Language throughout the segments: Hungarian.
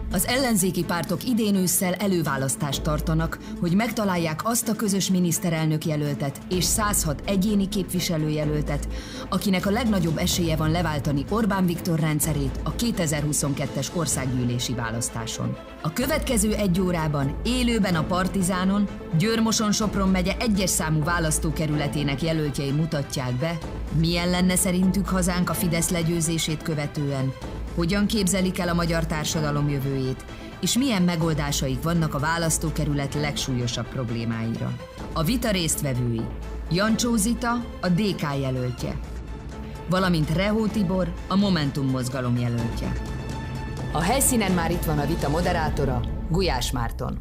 Az ellenzéki pártok idén ősszel előválasztást tartanak, hogy megtalálják azt a közös miniszterelnök jelöltet és 106 egyéni képviselőjelöltet, akinek a legnagyobb esélye van leváltani Orbán Viktor rendszerét a 2022-es országgyűlési választáson. A következő 1 órában élőben a Partizánon Győr-Moson-Sopron megye 1-es számú választókerületének jelöltjei mutatják be, milyen lenne szerintük hazánk a Fidesz legyőzését követően, hogyan képzelik el a magyar társadalom jövőjét, és milyen megoldásaik vannak a választókerület legsúlyosabb problémáira. A vita résztvevői: Jancsó Zita, a DK jelöltje, valamint Rehó Tibor, a Momentum mozgalom jelöltje. A helyszínen már itt van a vita moderátora, Gulyás Márton.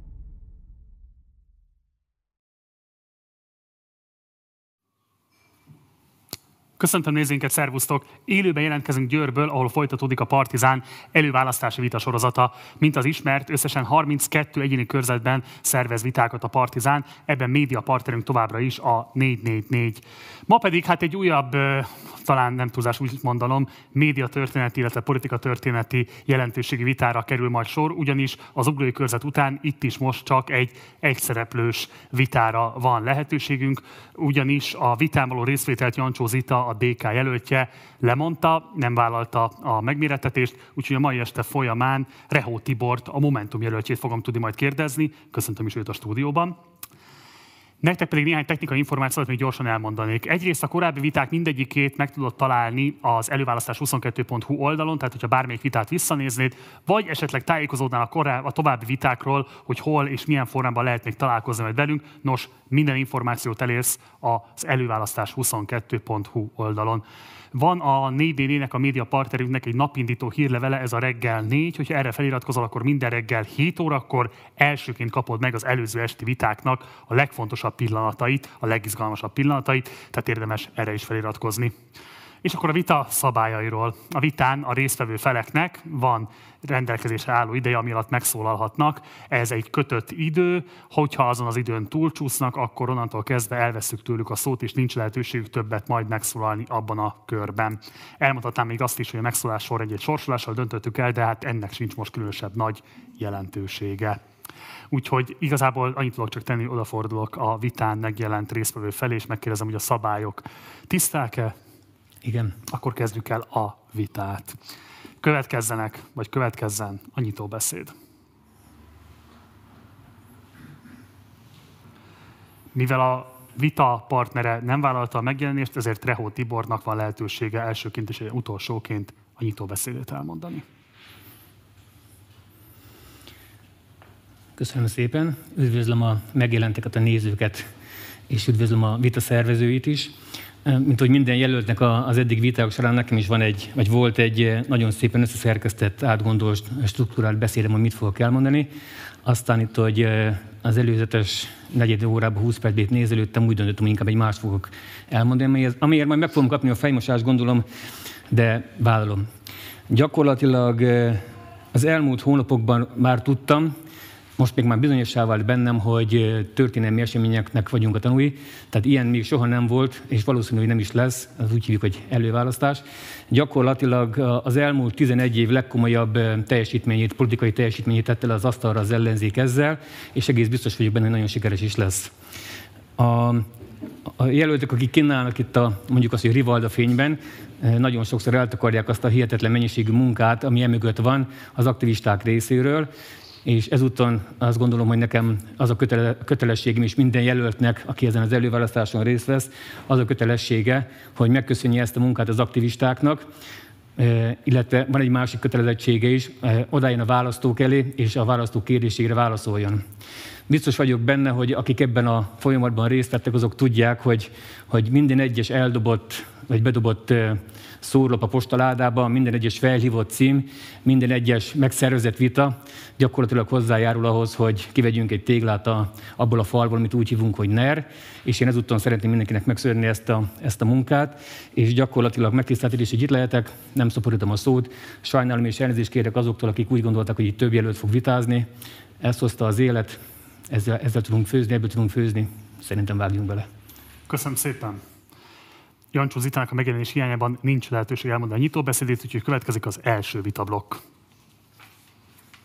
Köszöntöm nézőinket, szervusztok! Élőben jelentkezünk Győrből, ahol folytatódik a Partizán előválasztási vitasorozata. Mint az ismert, összesen 32 egyéni körzetben szervez vitákat a Partizán, ebben média partnerünk továbbra is a 444. Ma pedig egy újabb, talán nem túlzás úgy mondanom, médiatörténeti, illetve politikatörténeti jelentőségi vitára kerül majd sor, ugyanis az uglói körzet után itt is most csak egy egyszereplős vitára van lehetőségünk, ugyanis a vitán való részvételt Jancsó Zita, a DK jelöltje lemondta, nem vállalta a megmérettetést, úgyhogy a mai este folyamán Rehó Tibort, a Momentum jelöltjét fogom tudni majd kérdezni. Köszöntöm is őt a stúdióban. Nektek pedig néhány technikai információt még gyorsan elmondanék. Egyrészt a korábbi viták mindegyikét meg tudod találni az előválasztás22.hu oldalon, tehát hogyha bármelyik vitát visszanéznéd, vagy esetleg tájékozódnál a további vitákról, hogy hol és milyen formában lehet még találkozni majd velünk. Nos, minden információt elérsz az előválasztás22.hu oldalon. Van a 444-nek, a média partnerünknek egy napindító hírlevele, ez a reggel 4, hogyha erre feliratkozol, akkor minden reggel 7 órakor elsőként kapod meg az előző esti vitáknak a legfontosabb pillanatait, a legizgalmasabb pillanatait, tehát érdemes erre is feliratkozni. És akkor a vita szabályairól. A vitán a résztvevő feleknek van rendelkezésre álló ideje, ami alatt megszólalhatnak. Ez egy kötött idő, hogyha azon az időn túlcsúsznak, akkor onnantól kezdve elvesszük tőlük a szót, és nincs lehetőségük többet majd megszólalni abban a körben. Elmondhatnám még azt is, hogy a megszólás sorrendjét sorsolással döntöttük el, de hát ennek sincs most különösebb nagy jelentősége. Úgyhogy igazából annyit tudok csak tenni, odafordulok a vitán megjelent résztvevő felé, és megkérdezem, hogy a szabályok tiszták-e? Igen. Akkor kezdjük el a vitát. Következzen a nyitóbeszéd. Mivel a vita partnere nem vállalta a megjelenést, ezért Rehó Tibornak van lehetősége elsőként és utolsóként a nyitóbeszédét elmondani. Köszönöm szépen. Üdvözlöm a megjelenteket, a nézőket, és üdvözlöm a vita szervezőit is. Mint hogy minden jelöltnek az eddig viták során nekem is volt egy nagyon szépen összeszerkesztett, átgondolt, struktúrált beszédem, hogy mit fogok elmondani. Aztán itt, hogy az előzetes negyed órában 20 percben nézelődtem, úgy döntöttem, hogy inkább egy más fogok elmondani, amiért majd meg fogom kapni a fejmosást, gondolom, de vállalom. Gyakorlatilag az elmúlt hónapokban már tudtam, most még már bizonyossá vált bennem, hogy történelmi eseményeknek vagyunk a tanúi, tehát ilyen még soha nem volt, és valószínű, hogy nem is lesz, az úgy hívjuk, hogy előválasztás. Gyakorlatilag az elmúlt 11 év legkomolyabb teljesítményét, politikai teljesítményét tette le az asztalra az ellenzék ezzel, és egész biztos vagyok benne, hogy nagyon sikeres is lesz. A jelöltek, akik kínálnak itt mondjuk azt, hogy rivalda fényben, nagyon sokszor eltakarják azt a hihetetlen mennyiségű munkát, ami emögött van az aktivisták részéről, és ezúton azt gondolom, hogy nekem az a kötelességem is minden jelöltnek, aki ezen az előválasztáson részt vesz, az a kötelessége, hogy megköszönje ezt a munkát az aktivistáknak, illetve van egy másik kötelezettsége is, odájön a választók elé, és a választók kérdésére válaszoljon. Biztos vagyok benne, hogy akik ebben a folyamatban részt vettek, azok tudják, hogy minden egyes eldobott vagy bedobott szórlap a postaládába, minden egyes felhívott cím, minden egyes megszervezett vita gyakorlatilag hozzájárul ahhoz, hogy kivegyünk egy téglát abból a falból, amit úgy hívunk, hogy NER, és én ezúttal szeretném mindenkinek megszörni ezt a munkát, és gyakorlatilag megtiszteltetés, hogy itt lehetek, nem szaporítom a szót, sajnálom és elnézést kérek azoktól, akik úgy gondoltak, hogy itt több jelölt fog vitázni. Ezt hozta az élet, ezzel tudunk főzni, ebből tudunk főzni, szerintem vágjunk bele. Köszönöm szépen! Jancsó Zitának a megjelenés hiányában nincs lehetőség elmondani a nyitóbeszédét, úgyhogy következik az első vitablokk.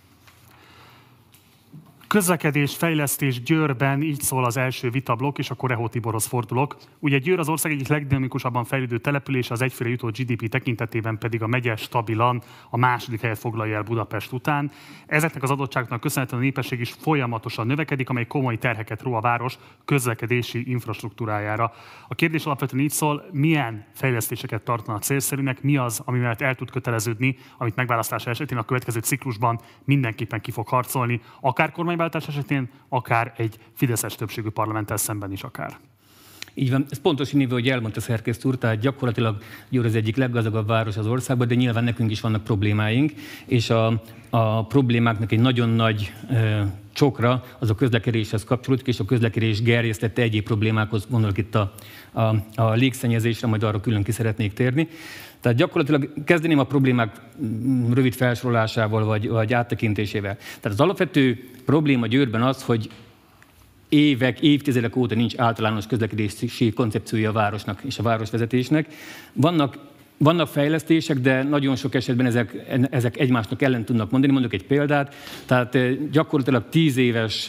Közlekedés, fejlesztés Győrben, így szól az első vitablokk, és akkor Rehó Tiborhoz fordulok. Ugye Győr az ország egyik legdinamikusabban fejlődő település, az egyfőre jutó GDP tekintetében pedig a megye stabilan a második helyet foglalja el Budapest után. Ezeknek az adottságoknak köszönhetően a népesség is folyamatosan növekedik, amely komoly terheket ró a város közlekedési infrastruktúrájára. A kérdés alapvetően így szól, milyen fejlesztéseket tartanak célszerűnek, mi az, ami mellett el tud köteleződni, amit megválasztása esetén a következő ciklusban mindenképpen ki fog harcolni, akár kormányváltás esetén, akár egy fideszes többségű parlamenttel szemben is akár. Így van, ez pontos névű, hogy elmondta Szerkeszt úr, tehát gyakorlatilag Győr az egyik leggazdagabb város az országban, de nyilván nekünk is vannak problémáink, és a problémáknak egy nagyon nagy csokra az a közlekedéshez kapcsolódik, és a közlekedés gerjesztette egyéb problémákhoz, gondolok itt a légszennyezésre, majd arra külön ki szeretnék térni. Tehát gyakorlatilag kezdeném a problémák rövid felsorolásával vagy áttekintésével. Tehát az alapvető probléma Győrben az, hogy évtizedek óta nincs általános közlekedési koncepciója a városnak és a városvezetésnek. Vannak fejlesztések, de nagyon sok esetben ezek egymásnak ellen tudnak mondani. Mondok egy példát, tehát gyakorlatilag 10 éves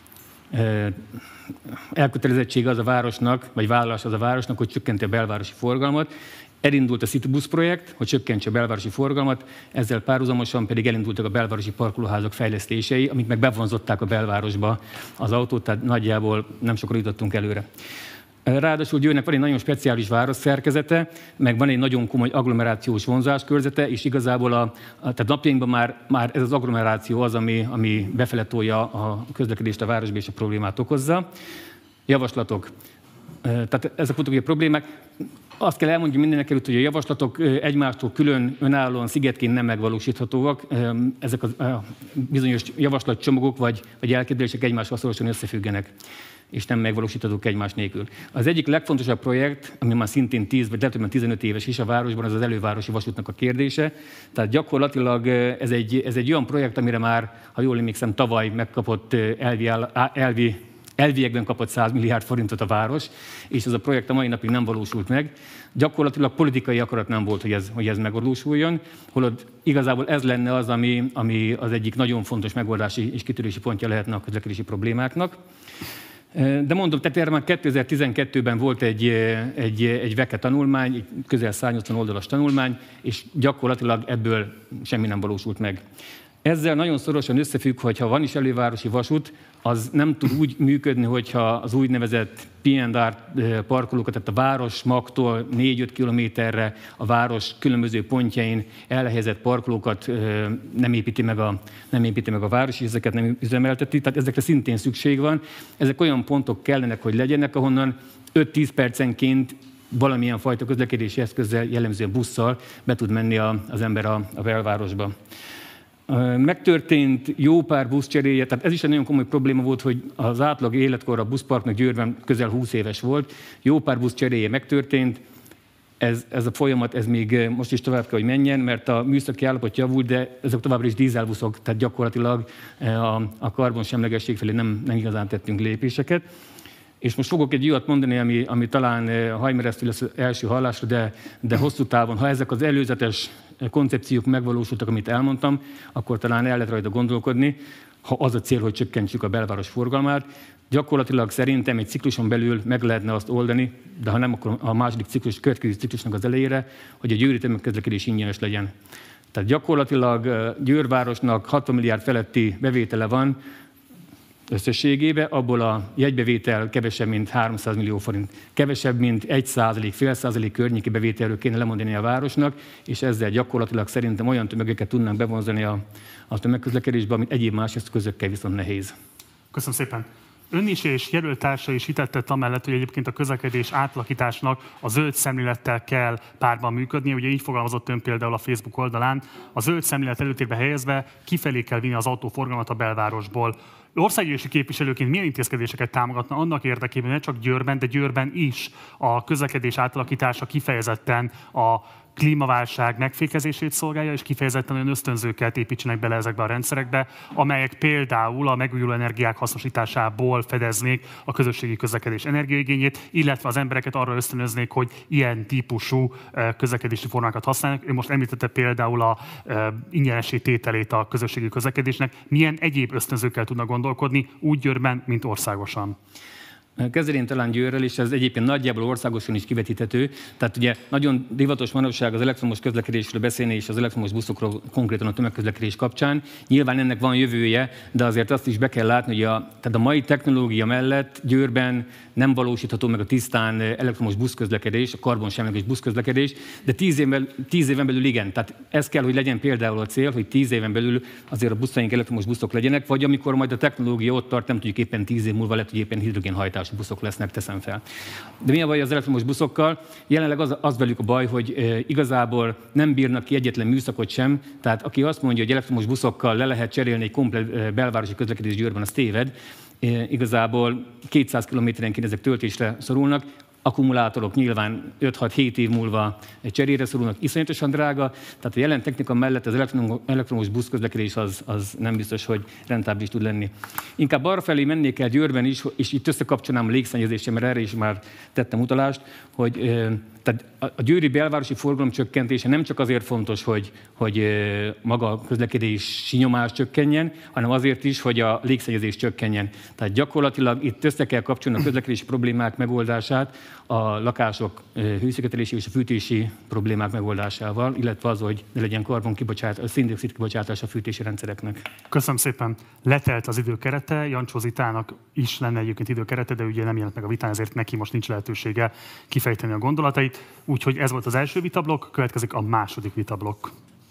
elkötelezettség az a városnak, vagy vállalás az a városnak, hogy csökkenti a belvárosi forgalmat. Elindult a Citybus projekt, hogy csökkentse a belvárosi forgalmat, ezzel párhuzamosan pedig elindultak a belvárosi parkolóházak fejlesztései, amik meg bevonzották a belvárosba az autót, tehát nagyjából nem sokkal jutottunk előre. Ráadásul Győrnek van egy nagyon speciális városszerkezete, meg van egy nagyon komoly agglomerációs vonzáskörzete, és igazából tehát napjainkban már ez az agglomeráció az, ami befele tolja a közlekedést a városba és a problémát okozza. Javaslatok. Tehát ezek voltak a problémák. Azt kell elmondani mindenekelőtt, hogy a javaslatok egymástól külön önállóan szigetként nem megvalósíthatóak. Ezek a bizonyos javaslatcsomagok vagy elképzelések egymással szorosan összefüggenek, és nem megvalósíthatók egymás nélkül. Az egyik legfontosabb projekt, ami már szintén 10 vagy legtöbben 15 éves is a városban, az elővárosi vasútnak a kérdése. Tehát gyakorlatilag ez egy olyan projekt, amire már, ha jól emlékszem, tavaly megkapott elviekben kapott 100 milliárd forintot a város, és ez a projekt a mai napig nem valósult meg. Gyakorlatilag politikai akarat nem volt, hogy ez megvalósuljon, holott igazából ez lenne az, ami az egyik nagyon fontos megoldási és kitörési pontja lehetne a közlekedési problémáknak. De mondom, tehát erre már 2012-ben volt egy VEKE tanulmány, egy közel 180 oldalas tanulmány, és gyakorlatilag ebből semmi nem valósult meg. Ezzel nagyon szorosan összefügg, hogy ha van is elővárosi vasút, az nem tud úgy működni, hogyha az úgynevezett P&R parkolókat, tehát a város magtól 4-5 kilométerre a város különböző pontjain elhelyezett parkolókat nem építi meg a város, és ezeket nem üzemelteti, tehát ezekre szintén szükség van. Ezek olyan pontok kellenek, hogy legyenek, ahonnan 5-10 percenként valamilyen fajta közlekedési eszközzel, jellemzően busszal be tud menni az ember a belvárosba. Megtörtént jó pár buszcseréje, tehát ez is egy nagyon komoly probléma volt, hogy az átlag életkor a buszparknak Győrben közel 20 éves volt, jó pár buszcseréje megtörtént, ez a folyamat ez még most is tovább kell, hogy menjen, mert a műszaki állapot javult, de ezek továbbra is dízelbuszok, tehát gyakorlatilag a karbonsemlegesség felé nem igazán tettünk lépéseket. És most fogok egy olyat mondani, ami talán hajmeresztő lesz első hallásra, de hosszú távon, ha ezek az előzetes koncepciók megvalósultak, amit elmondtam, akkor talán el lehet rajta gondolkodni, ha az a cél, hogy csökkentsük a belváros forgalmát. Gyakorlatilag szerintem egy cikluson belül meg lehetne azt oldani, de ha nem, akkor a második ciklus, következő ciklusnak az elejére, hogy a győri tömegközlekedés ingyenes legyen. Tehát gyakorlatilag Győrvárosnak 60 milliárd feletti bevétele van, összességében, abból a jegybevétel kevesebb, mint 300 millió forint. Kevesebb, mint 1%, fél százalék környéki bevételről kéne lemondani a városnak, és ezzel gyakorlatilag szerintem olyan tömegeket tudnánk bevonzani a tömegközlekedésbe, amit egyéb más eszközökkel viszont nehéz. Köszönöm szépen. Ön is és jelöltársa is hitetett amellett, hogy egyébként a közlekedés átalakításnak a zöld szemlélettel kell párban működnie. Ugye így fogalmazott ön például a Facebook oldalán, a zöld szemlélet előtérbe helyezve kifelé kell vinni az autóforgalmat a belvárosból. Országgyűlési képviselőként milyen intézkedéseket támogatna annak érdekében, ne csak Győrben, de Győrben is a közlekedés átalakítása kifejezetten a klímaválság megfékezését szolgálja, és kifejezetten olyan ösztönzőket építsenek bele ezekbe a rendszerekbe, amelyek például a megújuló energiák hasznosításából fedeznék a közösségi közlekedés energiaigényét, illetve az embereket arra ösztönöznék, hogy ilyen típusú közlekedési formákat használnak. Ő most említette például a ingyenessé tételét a közösségi közlekedésnek. Milyen egyéb ösztönzőkkel tudnak gondolkodni úgy Győrben, mint országosan? Kezdeném talán Győrrel, és ez egyébként nagyjából országosan is kivetíthető. Tehát ugye nagyon divatos manapság az elektromos közlekedésről beszélni, és az elektromos buszokról konkrétan a tömegközlekedés kapcsán. Nyilván ennek van jövője, de azért azt is be kell látni, hogy tehát a mai technológia mellett Győrben nem valósítható meg a tisztán elektromos buszközlekedés, a karbonsemleges buszközlekedés, de 10 éven belül igen. Tehát ez kell, hogy legyen például a cél, hogy 10 éven belül azért a buszaink elektromos buszok legyenek, vagy amikor majd a technológia ott tart, nem tudjuk éppen 10 év múlva lehet, hogy éppen hidrogénhajtású buszok lesznek, teszem fel. De mi a baj az elektromos buszokkal? Jelenleg az velük a baj, hogy igazából nem bírnak ki egyetlen műszakot sem, tehát aki azt mondja, hogy elektromos buszokkal le lehet cserélni egy komplet belvárosi közlekedés Győrben, az téved. Igazából 200 kilométerenként ezek töltésre szorulnak, akkumulátorok nyilván 5-6-7 év múlva cserére szorulnak, iszonyatosan drága, tehát a jelen technika mellett az elektromos buszközlekedés az nem biztos, hogy rentábilis tud lenni. Inkább arrafelé mennék el Győrben is, és itt összekapcsolnám a légszennyezéssel, mert erre is már tettem utalást, hogy tehát a győri belvárosi forgalom csökkentése nem csak azért fontos, hogy maga a közlekedési nyomás csökkenjen, hanem azért is, hogy a légszennyezés csökkenjen. Tehát gyakorlatilag itt össze kell kapcsolni a közlekedési problémák megoldását a lakások hőszigetelési és a fűtési problémák megoldásával, illetve az, hogy ne legyen szén-dioxid kibocsátás a fűtési rendszereknek. Köszönöm szépen. Letelt az időkerete, Jancsó Zitának is lenne egyébként időkerete, de ugye nem jelent meg a vitán, ezért neki most nincs lehetősége kifejteni a gondolatait. Úgyhogy ez volt az első vitablokk, következik a második vitablokk.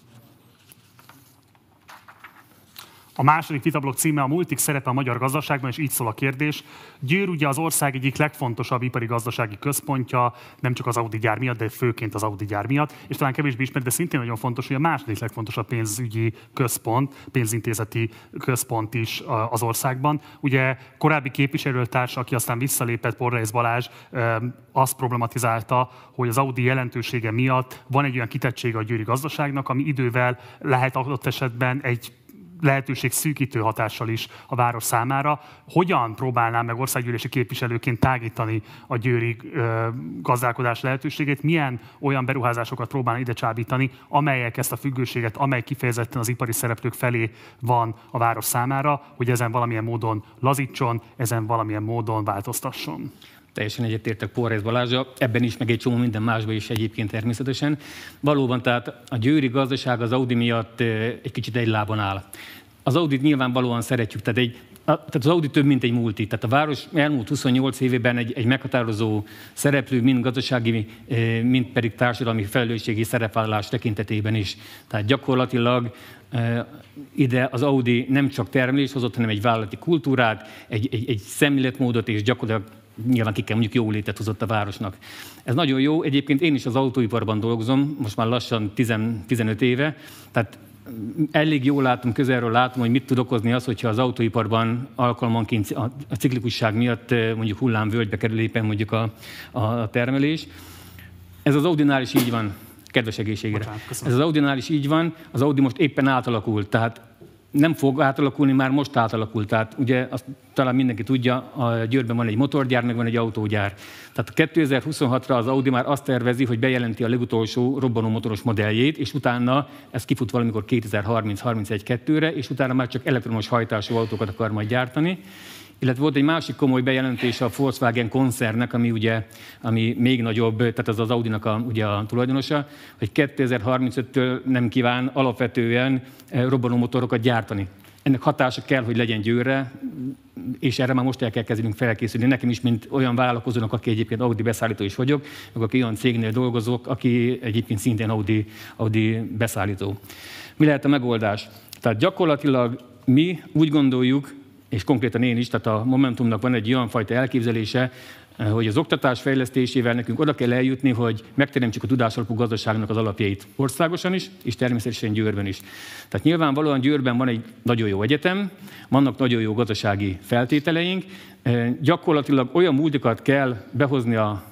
A második vitablokk címe a multik szerepe a magyar gazdaságban, és így szól a kérdés. Győr ugye az ország egyik legfontosabb ipari gazdasági központja, nem csak az Audi gyár miatt, de főként az Audi gyár miatt, és talán kevésbé ismert, de szintén nagyon fontos, hogy a második legfontosabb pénzügyi központ, pénzintézeti központ is az országban. Ugye korábbi képviselőtárs, aki aztán visszalépett, Porrais Balázs, azt problematizálta, hogy az Audi jelentősége miatt van egy olyan kitettsége a győri gazdaságnak, ami idővel lehet adott esetben egy lehetőség szűkítő hatással is a város számára. Hogyan próbálná meg országgyűlési képviselőként tágítani a győri gazdálkodás lehetőségét? Milyen olyan beruházásokat próbálna ide csábítani, amelyek ezt a függőséget, amely kifejezetten az ipari szereplők felé van a város számára, hogy ezen valamilyen módon lazítson, ezen valamilyen módon változtasson? Teljesen egyetértek Porrais Balázsa, ebben is, meg egy csomó minden másban is egyébként természetesen. Valóban, tehát a győri gazdaság az Audi miatt egy kicsit egy lábon áll. Az Audit nyilvánvalóan szeretjük, tehát az Audi több, mint egy multi. Tehát a város elmúlt 28 évében egy meghatározó szereplő, mind gazdasági, mind pedig társadalmi felelősségi szerepvállalás tekintetében is. Tehát gyakorlatilag ide az Audi nem csak termelés hozott, hanem egy vállalati kultúrát, egy szemléletmódot, és gyakorlatilag nyilván ki kell mondjuk jólétet hozott a városnak. Ez nagyon jó. Egyébként én is az autóiparban dolgozom, most már lassan 15 éve, tehát elég jól látom, közelről látom, hogy mit tud okozni az, hogyha az autóiparban alkalmanként a ciklikusság miatt mondjuk hullámvölgybe kerül éppen mondjuk a termelés. Ez az Audinál is így van, kedves egészségére. Ez az Audinál is így van, az Audi most éppen átalakult, tehát nem fog átalakulni, már most átalakult. Tehát ugye azt talán mindenki tudja, a Győrben van egy motorgyár, meg van egy autógyár. Tehát 2026-ra az Audi már azt tervezi, hogy bejelenti a legutolsó robbanómotoros modelljét, és utána ez kifut valamikor 2030-31-2-re, és utána már csak elektromos hajtású autókat akar majd gyártani. Illetve volt egy másik komoly bejelentése a Volkswagen koncernnek, ami még nagyobb, tehát az Audinak ugye a tulajdonosa, hogy 2035-től nem kíván alapvetően robbanómotorokat gyártani. Ennek hatása kell, hogy legyen Győrre, és erre már most el kell kezdenünk felkészülni. Nekem is, mint olyan vállalkozónak, aki egyébként Audi beszállító is vagyok, meg aki olyan cégnél dolgozok, aki egyébként szintén Audi beszállító. Mi lehet a megoldás? Tehát gyakorlatilag mi úgy gondoljuk, és konkrétan én is, tehát a Momentumnak van egy olyan fajta elképzelése, hogy az oktatás fejlesztésével nekünk oda kell eljutni, hogy megteremtsük a tudásalapú gazdaságnak az alapjait országosan is, és természetesen Győrben is. Tehát nyilvánvalóan Győrben van egy nagyon jó egyetem, vannak nagyon jó gazdasági feltételeink, gyakorlatilag olyan multikat kell behozni a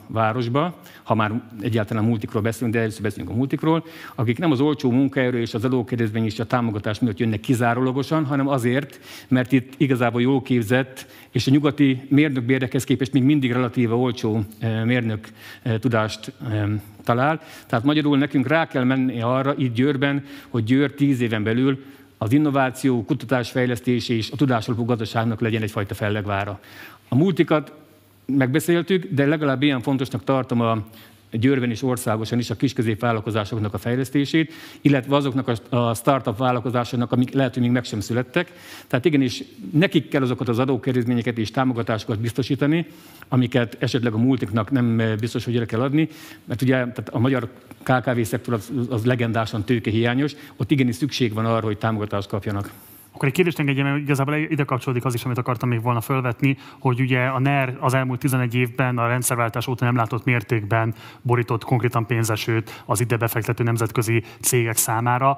városba, ha már egyáltalán multikról beszélünk, de először beszélünk a multikról, akik nem az olcsó munkaerő és az adókedvezmény és a támogatás miatt jönnek kizárólagosan, hanem azért, mert itt igazából jól képzett, és a nyugati mérnökbérekhez képest még mindig relatíve olcsó mérnök tudást talál. Tehát magyarul nekünk rá kell menni arra itt Győrben, hogy Győr 10 éven belül az innováció, kutatásfejlesztés és a tudásalapú gazdaságnak legyen egyfajta fellegvára. A multikat megbeszéltük, de legalább ilyen fontosnak tartom a Győrben és országosan is a kis-középvállalkozásoknak a fejlesztését, illetve azoknak a startup vállalkozásoknak, amik lehet, hogy még meg sem születtek. Tehát igenis nekik kell azokat az adókedvezményeket és támogatásokat biztosítani, amiket esetleg a multiknak nem biztos, hogy el kell adni, mert ugye tehát a magyar KKV-szektor az legendásan tőkehiányos, ott igenis szükség van arra, hogy támogatást kapjanak. Akkor egy kérdést engedjem, mert igazából ide kapcsolódik az is, amit akartam még volna felvetni, hogy ugye a NER az elmúlt 11 évben a rendszerváltás óta nem látott mértékben borított konkrétan pénzesőt az ide befektető nemzetközi cégek számára.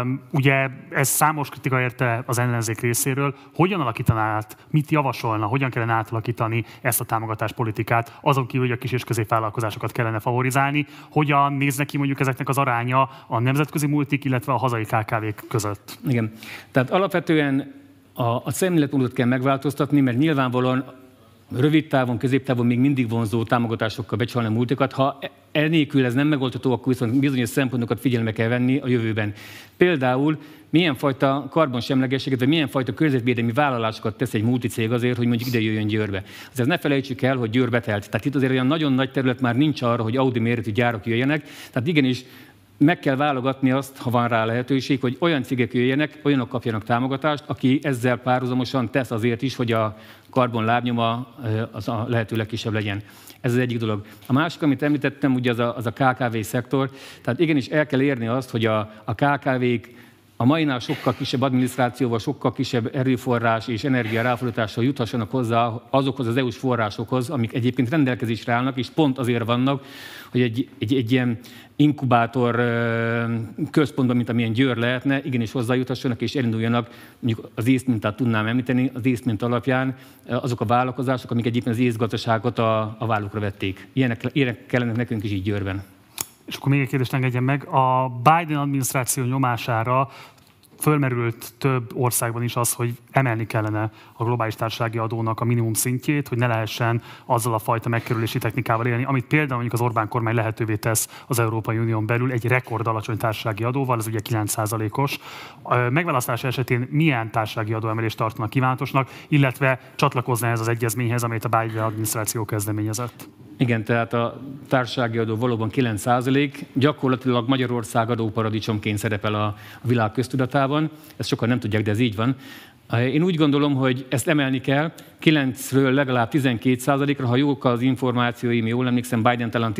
Ugye ez számos kritika érte az ellenzék részéről. Hogyan alakítaná át, mit javasolna, hogyan kellene átalakítani ezt a támogatáspolitikát, azon kívül, hogy a kis és középvállalkozásokat kellene favorizálni, hogyan néznek ki mondjuk ezeknek az aránya a nemzetközi multik, illetve a hazai KKV-k között? Igen, tehát alapvetően a szemléletmódot kell megváltoztatni, mert nyilvánvalóan rövid távon, középtávon még mindig vonzó támogatásokkal becsalni a multikat. Ha enélkül ez nem megoldható, akkor viszont bizonyos szempontokat figyelembe kell venni a jövőben. Például milyen fajta karbonsemlegességet, vagy milyen fajta környezetvédelmi vállalásokat tesz egy multicég azért, hogy mondjuk ide jöjjön Győrbe. Azért ne felejtsük el, hogy Győr betelt. Tehát itt azért olyan nagyon nagy terület már nincs arra, hogy Audi méretű gyárak jöjjenek. Tehát igenis meg kell válogatni azt, ha van rá lehetőség, hogy olyan cégek jöjjenek, olyanok kapjanak támogatást, aki ezzel párhuzamosan tesz azért is, hogy a karbon lábnyoma az a lehető legkisebb legyen. Ez az egyik dolog. A másik, amit említettem, ugye az a KKV-szektor. Tehát igenis el kell érni azt, hogy a KKV-k a mainál sokkal kisebb adminisztrációval, sokkal kisebb erőforrás és energia ráfordítással juthassanak hozzá azokhoz az EU-s forrásokhoz, amik egyébként rendelkezésre állnak, és pont azért vannak, hogy egy ilyen inkubátor központban, mint amilyen Győr lehetne, igenis hozzájuthassanak és elinduljanak, mondjuk az észt mintát tudnám említeni, az észt mint alapján azok a vállalkozások, amik egyébként az észgazdaságot a vállukra vették. Ilyenek kellene nekünk is így Győrben. És akkor még egy kérdést engedjen meg. A Biden adminisztráció nyomására fölmerült több országban is az, hogy emelni kellene a globális társasági adónak a minimum szintjét, hogy ne lehessen azzal a fajta megkerülési technikával élni, amit például mondjuk az Orbán kormány lehetővé tesz az Európai Unión belül egy rekord alacsony társasági adóval, ez ugye 9%-os. Megválasztása esetén milyen társasági adóemelést tartanak kívánatosnak, illetve csatlakozna ez az egyezményhez, amit a Biden adminisztráció kezdeményezett? Igen, tehát a társasági adó valóban 9%, gyakorlatilag Magyarország adóparadicsomként szerepel a világ köztudatában. Ezt sokan nem tudják, de ez így van. Én úgy gondolom, hogy ezt emelni kell, 9-ről legalább 12%-ra, ha jók az információim, jól emlékszem, Biden talán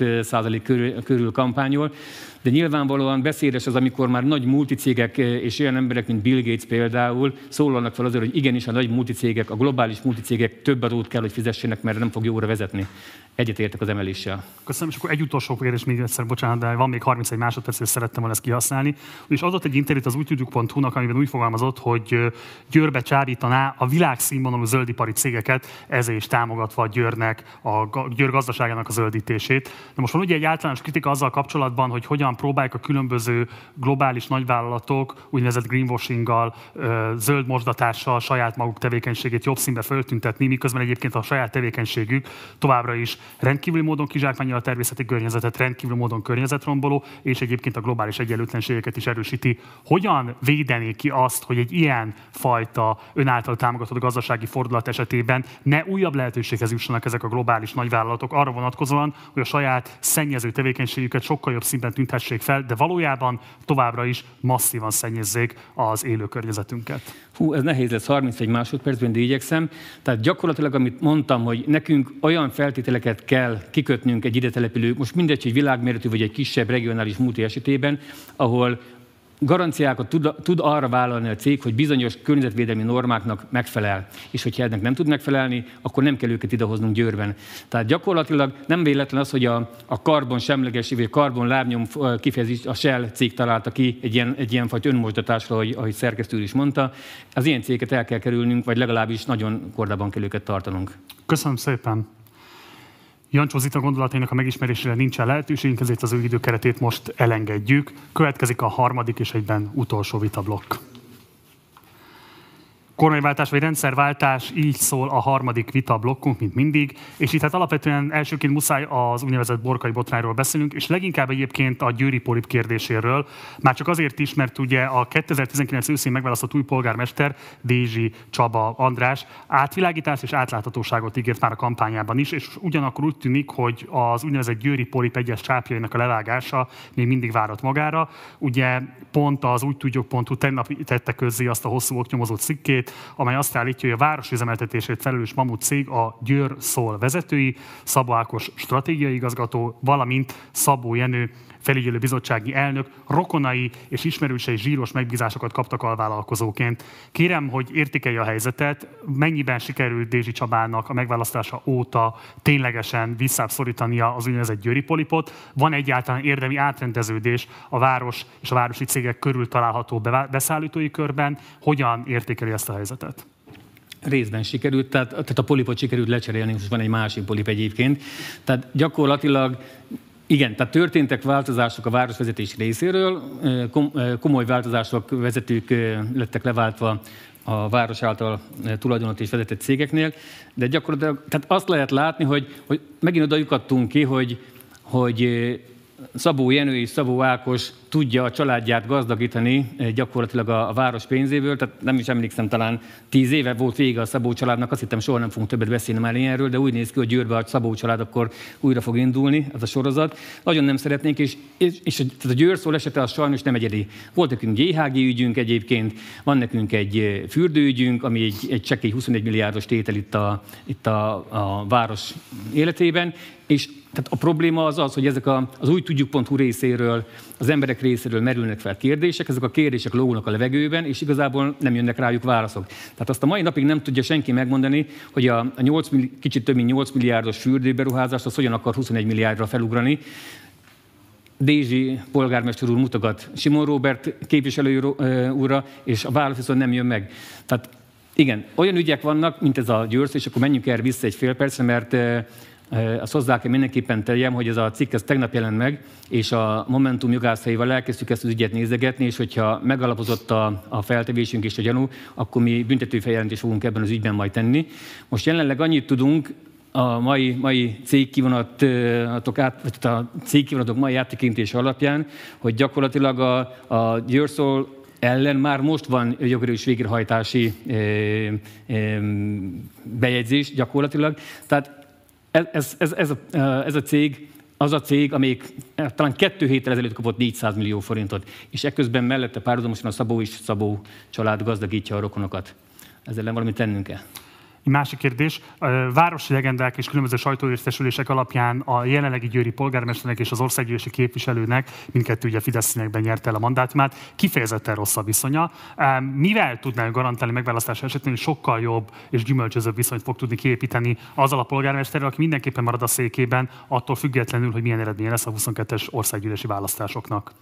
15% körül kampányol, de nyilvánvalóan beszédes az, amikor már nagy multicégek és olyan emberek, mint Bill Gates például szólalnak fel azért, hogy igenis a nagy multicégek, a globális multicégek több adót kell, hogy fizessenek, mert nem fog jóra vezetni. Egyetértek az emeléssel. Köszönöm, és akkor egy utolsó kérdés még egyszer, bocsánat, de van még 31 másodperc, és szerettem volna ezt kihasználni. És adott egy interjút az újtudjuk.hu-nak, amiben úgy fogalmazott, hogy Győrbe csábítaná a világszínvonalú zöldipari cégeket, ezzel is támogatva a Győr gazdaságának a zöldítését. De most van ugye egy általános kritika azzal kapcsolatban, hogy hogyan próbálják a különböző globális nagyvállalatok úgynevezett greenwashinggal, zöld mosdatással saját maguk tevékenységét jobb színbe föltüntetni, miközben egyébként a saját tevékenységük továbbra is rendkívüli módon kizsákmányolja a természeti környezetet, rendkívüli módon környezetromboló, és egyébként a globális egyenlőtlenségeket is erősíti. Hogyan védené ki azt, hogy egy ilyen fajta ön által támogatott gazdasági fordulat esetében ne újabb lehetőséghez jussanak ezek a globális nagyvállalatok arra vonatkozóan, hogy a saját szennyező tevékenységüket sokkal jobb szinten tüntessék fel, de valójában továbbra is masszívan szennyezzék az élő környezetünket? Ez nehéz lesz 31 másodpercben, de igyekszem. Tehát gyakorlatilag, amit mondtam, hogy nekünk olyan feltételeket kell kikötnünk egy ide települő, most mindegy, hogy világméretű vagy egy kisebb regionális multi esetében, ahol garanciákat tud arra vállalni a cég, hogy bizonyos környezetvédelmi normáknak megfelel. És hogyha ennek nem tud megfelelni, akkor nem kell őket idehoznunk Győrben. Tehát gyakorlatilag nem véletlen az, hogy a karbonsemlegesség vagy karbon lábnyom kifejezést a Shell cég találta ki egy ilyen fajta önmosdatásra, ahogy szerkesztő is mondta. Az ilyen cégeket el kell kerülnünk, vagy legalábbis nagyon kordában kell őket tartanunk. Köszönöm szépen! Jancsó Zita gondolatainak a megismerésére nincsen lehetőségünk, ezért az ő időkeretét most elengedjük. Következik a harmadik és egyben utolsó vitablokk. Kormányváltás vagy rendszerváltás, így szól a harmadik vitablokkunk, mint mindig, és itt hát alapvetően elsőként muszáj az úgynevezett Borkai botrányról beszélünk, és leginkább egyébként a győri polip kérdéséről, már csak azért is, mert ugye a 2019 őszén megválasztott új polgármester, Dézsi Csaba András átvilágítást és átláthatóságot ígért már a kampányában is, és ugyanakkor úgy tűnik, hogy az úgynevezett győri polip egyes csápjainak a levágása még mindig várat magára. Ugye pont az úgytudjuk.hu tegnap tette közzé azt a hosszú oknyomozó cikkét, amely azt állítja, hogy a városüzemeltetésért felelős mamut cég a Győr Szol vezetői, Szabó Ákos stratégiai igazgató, valamint Szabó Jenő felügyelőbizottsági elnök rokonai és ismerősei zsíros megbízásokat kaptak alvállalkozóként. Kérem, hogy értékelje a helyzetet, mennyiben sikerült Dézsi Csabának a megválasztása óta ténylegesen visszább szorítania az úgynevezett győri polipot, van egyáltalán érdemi átrendeződés a város és a városi cégek körül található beszállítói körben, hogyan értékeli ezt a helyzetet? Részben sikerült, tehát a polipot sikerült lecserélni, most van egy másik polip egyébként. Tehát gyakorlatilag igen, tehát történtek változások a városvezetés részéről, komoly változások, vezetők lettek leváltva a város által tulajdonot és vezetett cégeknél, de gyakorlatilag tehát azt lehet látni, hogy megint oda lyukadtunk ki, hogy Szabó Jenő és Szabó Ákos tudja a családját gazdagítani gyakorlatilag a város pénzéből, tehát nem is emlékszem, talán 10 éve volt vége a Szabó családnak, azt hittem soha nem fogunk többet beszélni már ilyenről, de úgy néz ki, hogy Győrbe a Szabó család akkor újra fog indulni, ez a sorozat. Nagyon nem szeretnénk, és a Győr Szol esete az sajnos nem egyedi. Volt nekünk GHG ügyünk egyébként, van nekünk egy fürdőügyünk, ami egy csekély 21 milliárdos tétel itt a város életében, és tehát a probléma az, hogy ezek az úgytudjuk.hu részéről, az emberek részéről merülnek fel kérdések, ezek a kérdések lógnak a levegőben, és igazából nem jönnek rájuk válaszok. Tehát azt a mai napig nem tudja senki megmondani, hogy a kicsit több mint 8 milliárdos fürdőberuházást az hogyan akar 21 milliárdra felugrani. Dézsi polgármester úr mutogat Simon Róbert képviselő úrra, és a válasz viszont nem jön meg. Tehát igen, olyan ügyek vannak, mint ez a Győr Szol, és akkor menjünk erre vissza egy fél percre, mert azt hozzá kell mindenképpen teljem, hogy ez a cikk ez tegnap jelent meg, és a Momentum jogászaival elkezdtük ezt az ügyet nézegetni, és hogyha megalapozott a feltevésünk és a gyanú, akkor mi büntetőfeljelentést fogunk ebben az ügyben majd tenni. Most jelenleg annyit tudunk a mai cégkivonatok mai áttekintése alapján, hogy gyakorlatilag a Győr Szol ellen már most van jogorvos végrehajtási bejegyzés gyakorlatilag. Tehát ez a cég, az a cég, amelyik talán 2 héttel ezelőtt kapott 400 millió forintot, és ekközben mellette párhuzamosan a Szabó és Szabó család gazdagítja a rokonokat. Ezzel ellen valamit tennünk kell. Egy másik kérdés, városi legendák és különböző sajtóértesülések alapján a jelenlegi győri polgármesternek és az országgyűlési képviselőnek, mindkettő ugye Fidesz színekben nyerte el a mandátumát, kifejezetten rossz a viszonya. Mivel tudnál garantálni megválasztás esetén, hogy sokkal jobb és gyümölcsözőbb viszonyt fog tudni kiépíteni azzal a polgármesterrel, aki mindenképpen marad a székében, attól függetlenül, hogy milyen eredménye lesz a 22-es országgyűlési választásoknak?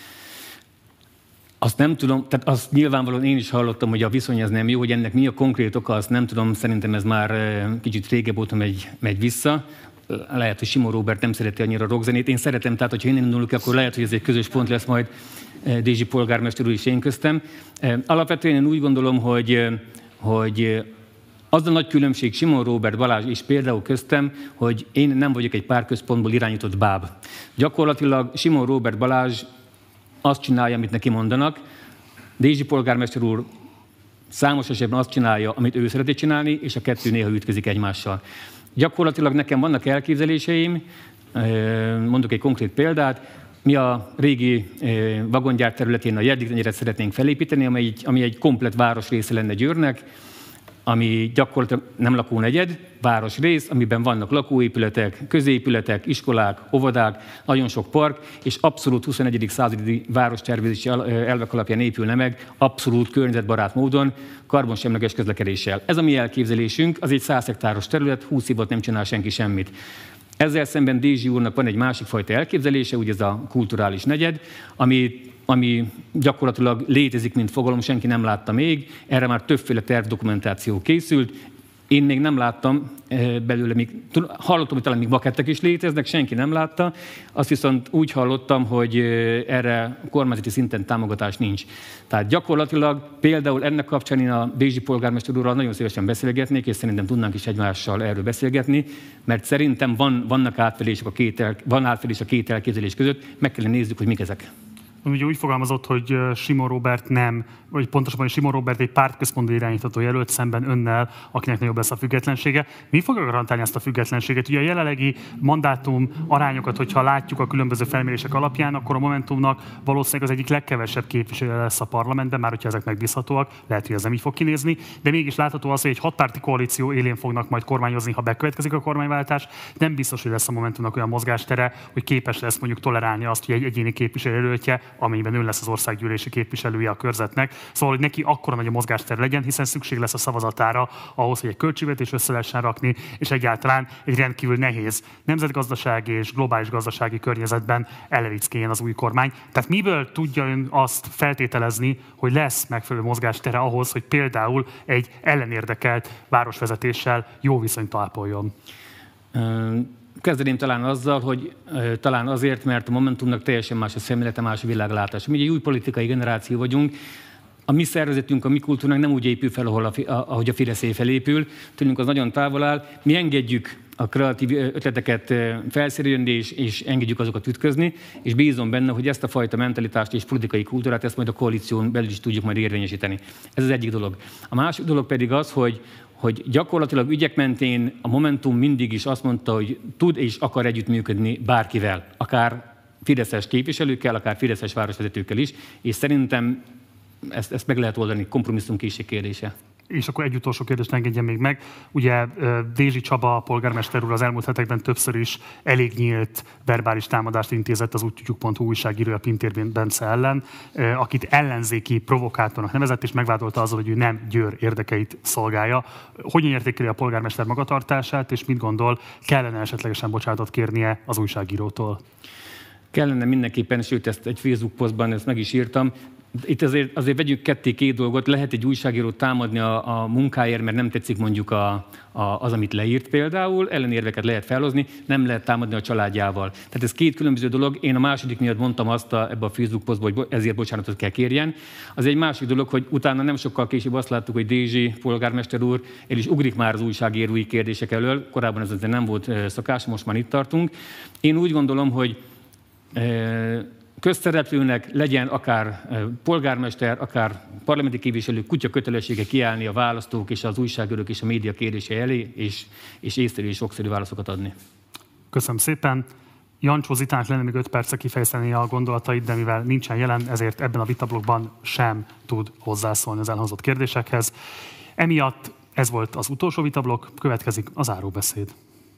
Azt nem tudom, tehát azt nyilvánvalóan én is hallottam, hogy a viszony az nem jó, hogy ennek mi a konkrét oka, azt nem tudom, szerintem ez már kicsit régebb óta megy vissza. Lehet, hogy Simon Róbert nem szereti annyira a rockzenét. Én szeretem, tehát hogyha innen indulok, akkor lehet, hogy ez egy közös pont lesz majd Dézsi polgármester úr és én köztem. Alapvetően én úgy gondolom, hogy az a nagy különbség Simon Róbert, Balázs és például köztem, hogy én nem vagyok egy pártközpontból irányított báb. Gyakorlatilag Simon Róbert, Balázs azt csinálja, amit neki mondanak. Dézsi polgármester úr számos esetben azt csinálja, amit ő szereti csinálni, és a kettő néha ütközik egymással. Gyakorlatilag nekem vannak elképzeléseim, mondok egy konkrét példát, mi a régi vagongyár területén a Jedlik tengyeret szeretnénk felépíteni, ami egy komplett városrésze lenne Győrnek, ami gyakorlatilag nem lakónegyed, városrész, amiben vannak lakóépületek, középületek, iskolák, óvodák, nagyon sok park, és abszolút 21. századi várostervezési elvek alapján épülne meg, abszolút környezetbarát módon, karbonsemleges közlekedéssel. Ez a mi elképzelésünk, az egy 100 hektáros terület, 20 évet nem csinál senki semmit. Ezzel szemben Dézsi úrnak van egy másik fajta elképzelése, ugye ez a kulturális negyed, ami gyakorlatilag létezik, mint fogalom, senki nem látta még, erre már többféle tervdokumentáció készült, Én még nem láttam belőle, hallottam, hogy talán még makettek is léteznek, senki nem látta. Azt viszont úgy hallottam, hogy erre kormányzati szinten támogatás nincs. Tehát gyakorlatilag például ennek kapcsán én a bécsi polgármester úrral nagyon szívesen beszélgetnék, és szerintem tudnánk is egymással erről beszélgetni, mert szerintem van átfedés a két elképzelés között, meg kellene nézzük, hogy mik ezek. Ugye úgy fogalmazott, hogy Simon Róbert nem, vagy pontosabban Simon Róbert egy pártközpontú irányítható jelölt szemben önnel, akinek nagyobb lesz a függetlensége. Mi fogja garantálni ezt a függetlenséget? Ugye a jelenlegi mandátum arányokat, hogyha látjuk a különböző felmérések alapján, akkor a Momentumnak valószínűleg az egyik legkevesebb képviselő lesz a parlamentben, már hogyha ezek megbízhatóak, lehet, hogy ez nem így fog kinézni, de mégis látható az, hogy egy hatpárti koalíció élén fognak majd kormányozni, ha bekövetkezik a kormányváltás. Nem biztos, hogy lesz a Momentumnak olyan mozgástere, hogy képes lesz mondjuk tolerálni azt, hogy egy egyéni képviselőjelöltje, amennyiben ő lesz az országgyűlési képviselője a körzetnek. Szóval, hogy neki akkora nagy a mozgástere legyen, hiszen szükség lesz a szavazatára ahhoz, hogy egy költségvetést össze lehessen rakni, és egyáltalán egy rendkívül nehéz nemzetgazdasági és globális gazdasági környezetben ellevickéljen az új kormány. Tehát miből tudja ön azt feltételezni, hogy lesz megfelelő mozgástere ahhoz, hogy például egy ellenérdekelt városvezetéssel jó viszonyt ápoljon? Kezdeném talán azzal, hogy talán azért, mert a Momentumnak teljesen más a szemlélete, más a világlátás. Mi egy új politikai generáció vagyunk, a mi szervezetünk, a mi kultúránk nem úgy épül fel, ahogy a Fideszé felépül, tőlünk az nagyon távol áll. Mi engedjük a kreatív ötleteket felszerelni, és engedjük azokat ütközni, és bízom benne, hogy ezt a fajta mentalitást és politikai kultúrát, ezt majd a koalíción belül is tudjuk majd érvényesíteni. Ez az egyik dolog. A másik dolog pedig az, hogy gyakorlatilag ügyek mentén a Momentum mindig is azt mondta, hogy tud és akar együttműködni bárkivel, akár fideszes képviselőkkel, akár fideszes városvezetőkkel is, és szerintem ezt meg lehet oldani, kompromisszumkészség kérdése. És akkor egy utolsó kérdést engedjen még meg. Ugye Dézsi Csaba polgármester úr az elmúlt hetekben többször is elég nyílt verbális támadást intézett az úttudjuk.hu újságírója Pintér Bence ellen, akit ellenzéki provokátornak nevezett, és megvádolta azzal, hogy ő nem Győr érdekeit szolgálja. Hogyan értékeli a polgármester magatartását, és mit gondol, kellene esetlegesen bocsánatot kérnie az újságírótól? Kellene mindenképpen, sőt ezt egy Facebook posztban ezt meg is írtam. Itt azért vegyünk ketté két dolgot. Lehet egy újságírót támadni a munkáért, mert nem tetszik mondjuk az, amit leírt például, ellenérveket lehet felhozni, nem lehet támadni a családjával. Tehát ez két különböző dolog. Én a második miatt mondtam azt ebbe a Facebook posztba, hogy ezért bocsánatot kell kérjen. Az egy másik dolog, hogy utána nem sokkal később azt láttuk, hogy Dézsi polgármester úr el is ugrik már az újságírói kérdések elől. Korábban ez nem volt szokás, most már itt tartunk. Én úgy gondolom, hogy közszereplőnek legyen akár polgármester, akár parlamenti képviselő, kutya kötelessége kiállni a választók és az újságírók és a média kérdése elé, és észszerű és sokszerű válaszokat adni. Köszönöm szépen. Jancsó Zitának lenne még 5 perce kifejteni a gondolatait, de mivel nincsen jelen, ezért ebben a vitablokkban sem tud hozzászólni az elhangzott kérdésekhez. Emiatt ez volt az utolsó vitablokk, következik a záróbeszéd.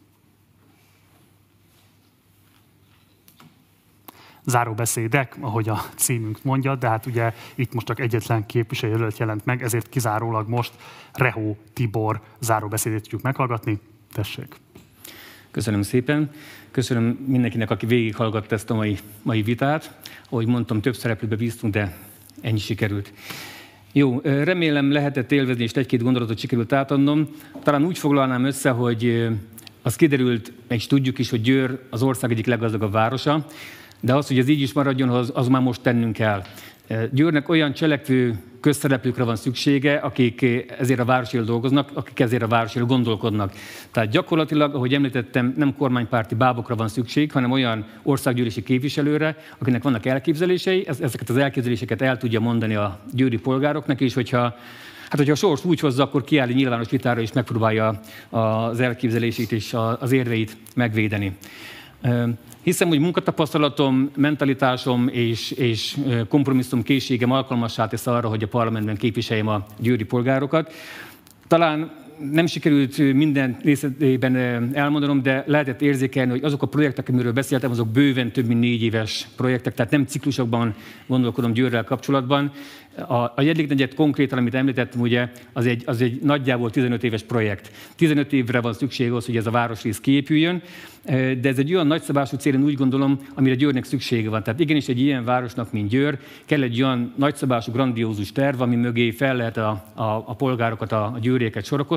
Záróbeszédek, ahogy a címünk mondja, de hát ugye itt most csak egyetlen képviselőjelölt jelent meg, ezért kizárólag most Rehó Tibor záróbeszédét tudjuk meghallgatni. Tessék! Köszönöm szépen. Köszönöm mindenkinek, aki végighallgatta ezt a mai vitát. Ahogy mondtam, több szereplőbe bíztunk, de ennyi sikerült. Jó, remélem lehetett élvezni, és egy-két gondolatot sikerült átadnom. Talán úgy foglalnám össze, hogy az kiderült, és tudjuk is, hogy Győr az ország egyik leggazdagabb városa, de az, hogy ez így is maradjon, az már most tennünk kell. Győrnek olyan cselekvő közszereplőkre van szüksége, akik ezért a városért dolgoznak, akik ezért a városért gondolkodnak. Tehát gyakorlatilag, ahogy említettem, nem kormánypárti bábokra van szükség, hanem olyan országgyűlési képviselőre, akinek vannak elképzelései, ezeket az elképzeléseket el tudja mondani a győri polgároknak, és hogyha a sors úgy hozza, akkor kiáll nyilvános vitára, és megpróbálja az elképzelését és az érveit megvédeni. Hiszem, hogy munkatapasztalatom, mentalitásom és kompromisszum készségem alkalmassá tesz arra, hogy a parlamentben képviseljem a győri polgárokat. Talán nem sikerült minden részletében elmondanom, de lehetett érzékelni, hogy azok a projektek, amiről beszéltem, azok bőven több mint 4 éves projektek, tehát nem ciklusokban gondolkodom Győrrel kapcsolatban. A Jedlik-negyed konkrétan, amit említettem, ugye, az egy nagyjából 15 éves projekt. 15 évre van szükség ahhoz, hogy ez a városrész kiépüljön, de ez egy olyan nagyszabású cél, én úgy gondolom, amire Győrnek szüksége van. Tehát igenis egy ilyen városnak, mint Győr, kell egy olyan nagyszabású, grandiózus terv, ami mögé fel lehet a polgárokat, a győrieket sorakoztatni,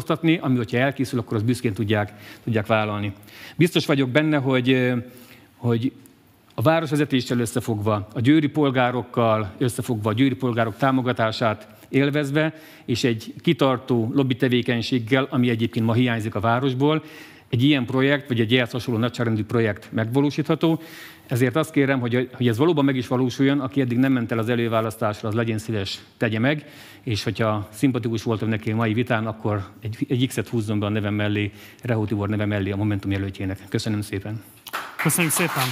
változtatni, ami, hogyha elkészül, akkor azt büszkén tudják vállalni. Biztos vagyok benne, hogy a városvezetéssel összefogva, a győri polgárokkal összefogva, a győri polgárok támogatását élvezve, és egy kitartó lobby tevékenységgel, ami egyébként ma hiányzik a városból, egy ilyen projekt, vagy egy ehhez hasonló nagyságrendű projekt megvalósítható. Ezért azt kérem, hogy ez valóban meg is valósuljon, aki eddig nem ment el az előválasztásra, az legyen szíves, tegye meg, és hogyha szimpatikus voltam neki a mai vitán, akkor egy X-et húzzon be a nevem mellé, Rehó Tibor neve mellé a Momentum jelöltjének. Köszönöm szépen. Köszönjük szépen.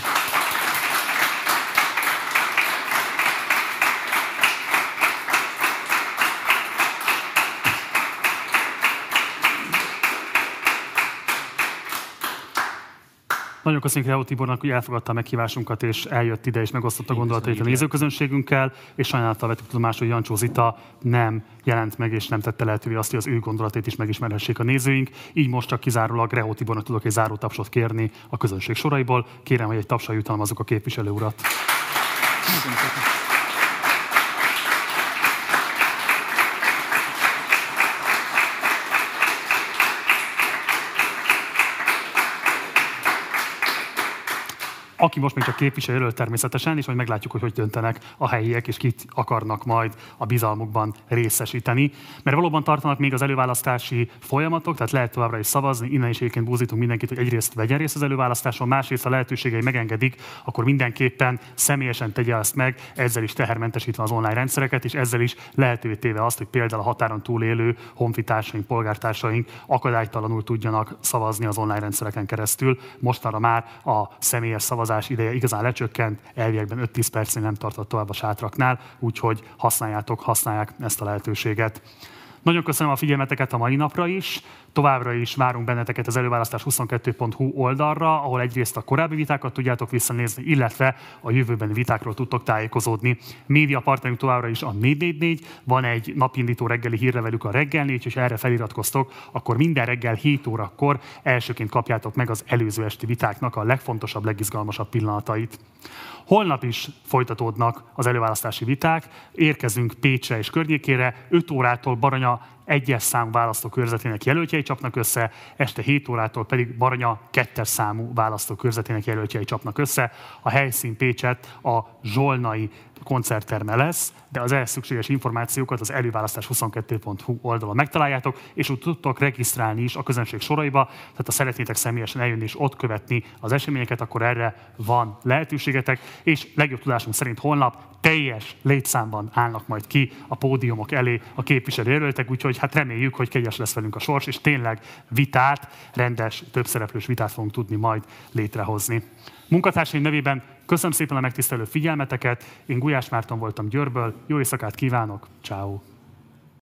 Nagyon köszönjük Rehó Tibornak, hogy elfogadta a meghívásunkat, és eljött ide, és megosztotta gondolatait a nézőközönségünkkel, és sajnálattal vettük tudomásul, hogy Jancsó Zita nem jelent meg, és nem tette lehetővé azt, hogy az ő gondolatait is megismerhessék a nézőink. Így most csak kizárólag Rehó Tibornak tudok egy záró tapsot kérni a közönség soraiból. Kérem, hogy egy tapsal jutalmazzuk a képviselő urat. Aki most még csak képviselő természetesen, és majd meglátjuk, hogy döntenek a helyiek, és kit akarnak majd a bizalmukban részesíteni. Mert valóban tartanak még az előválasztási folyamatok, tehát lehet továbbra is szavazni. Innen is egyébként búzítunk mindenkit, hogy egyrészt vegyen részt az előválasztáson, másrészt a lehetőségei megengedik, akkor mindenképpen személyesen tegye ezt meg, ezzel is tehermentesítve az online rendszereket, és ezzel is lehetővé téve azt, hogy például a határon túl élő honfitársaink, polgártársaink akadálytalanul tudjanak szavazni az online rendszereken keresztül. Mostanra már a személyes szavazás ideje igazán lecsökkent, elviekben 5-10 percnél nem tartott tovább a sátraknál, úgyhogy használják ezt a lehetőséget. Nagyon köszönöm a figyelmeteket a mai napra is. Továbbra is várunk benneteket az előválasztás22.hu oldalra, ahol egyrészt a korábbi vitákat tudjátok visszanézni, illetve a jövőbeni vitákról tudtok tájékozódni. Média partnerünk továbbra is a 444, van egy napindító reggeli hírlevelük a Reggel 4, és ha erre feliratkoztok, akkor minden reggel 7 órakor elsőként kapjátok meg az előző esti vitáknak a legfontosabb, legizgalmasabb pillanatait. Holnap is folytatódnak az előválasztási viták, érkezünk Pécsre és környékére, 5 órától Baranya 1-es számú választókörzetének jelöltjei csapnak össze, este 7 órától pedig Baranya 2-es számú választókörzetének jelöltjei csapnak össze. A helyszín Pécset a Zsolnai koncertterme lesz, de az ehhez szükséges információkat az előválasztás22.hu oldalon megtaláljátok, és úgy tudtok regisztrálni is a közönség soraiba, tehát ha szeretnétek személyesen eljönni és ott követni az eseményeket, akkor erre van lehetőségetek, és legjobb tudásunk szerint holnap teljes létszámban állnak majd ki a pódiumok elé a képviselőjelöltek, úgyhogy hát reméljük, hogy kegyes lesz velünk a sors, és tényleg vitát, rendes, többszereplős vitát fogunk tudni majd létrehozni. Munkatársaim nevében köszönöm szépen a megtisztelő figyelmeteket, én Gulyás Márton voltam Győrből, jó éjszakát kívánok, ciao.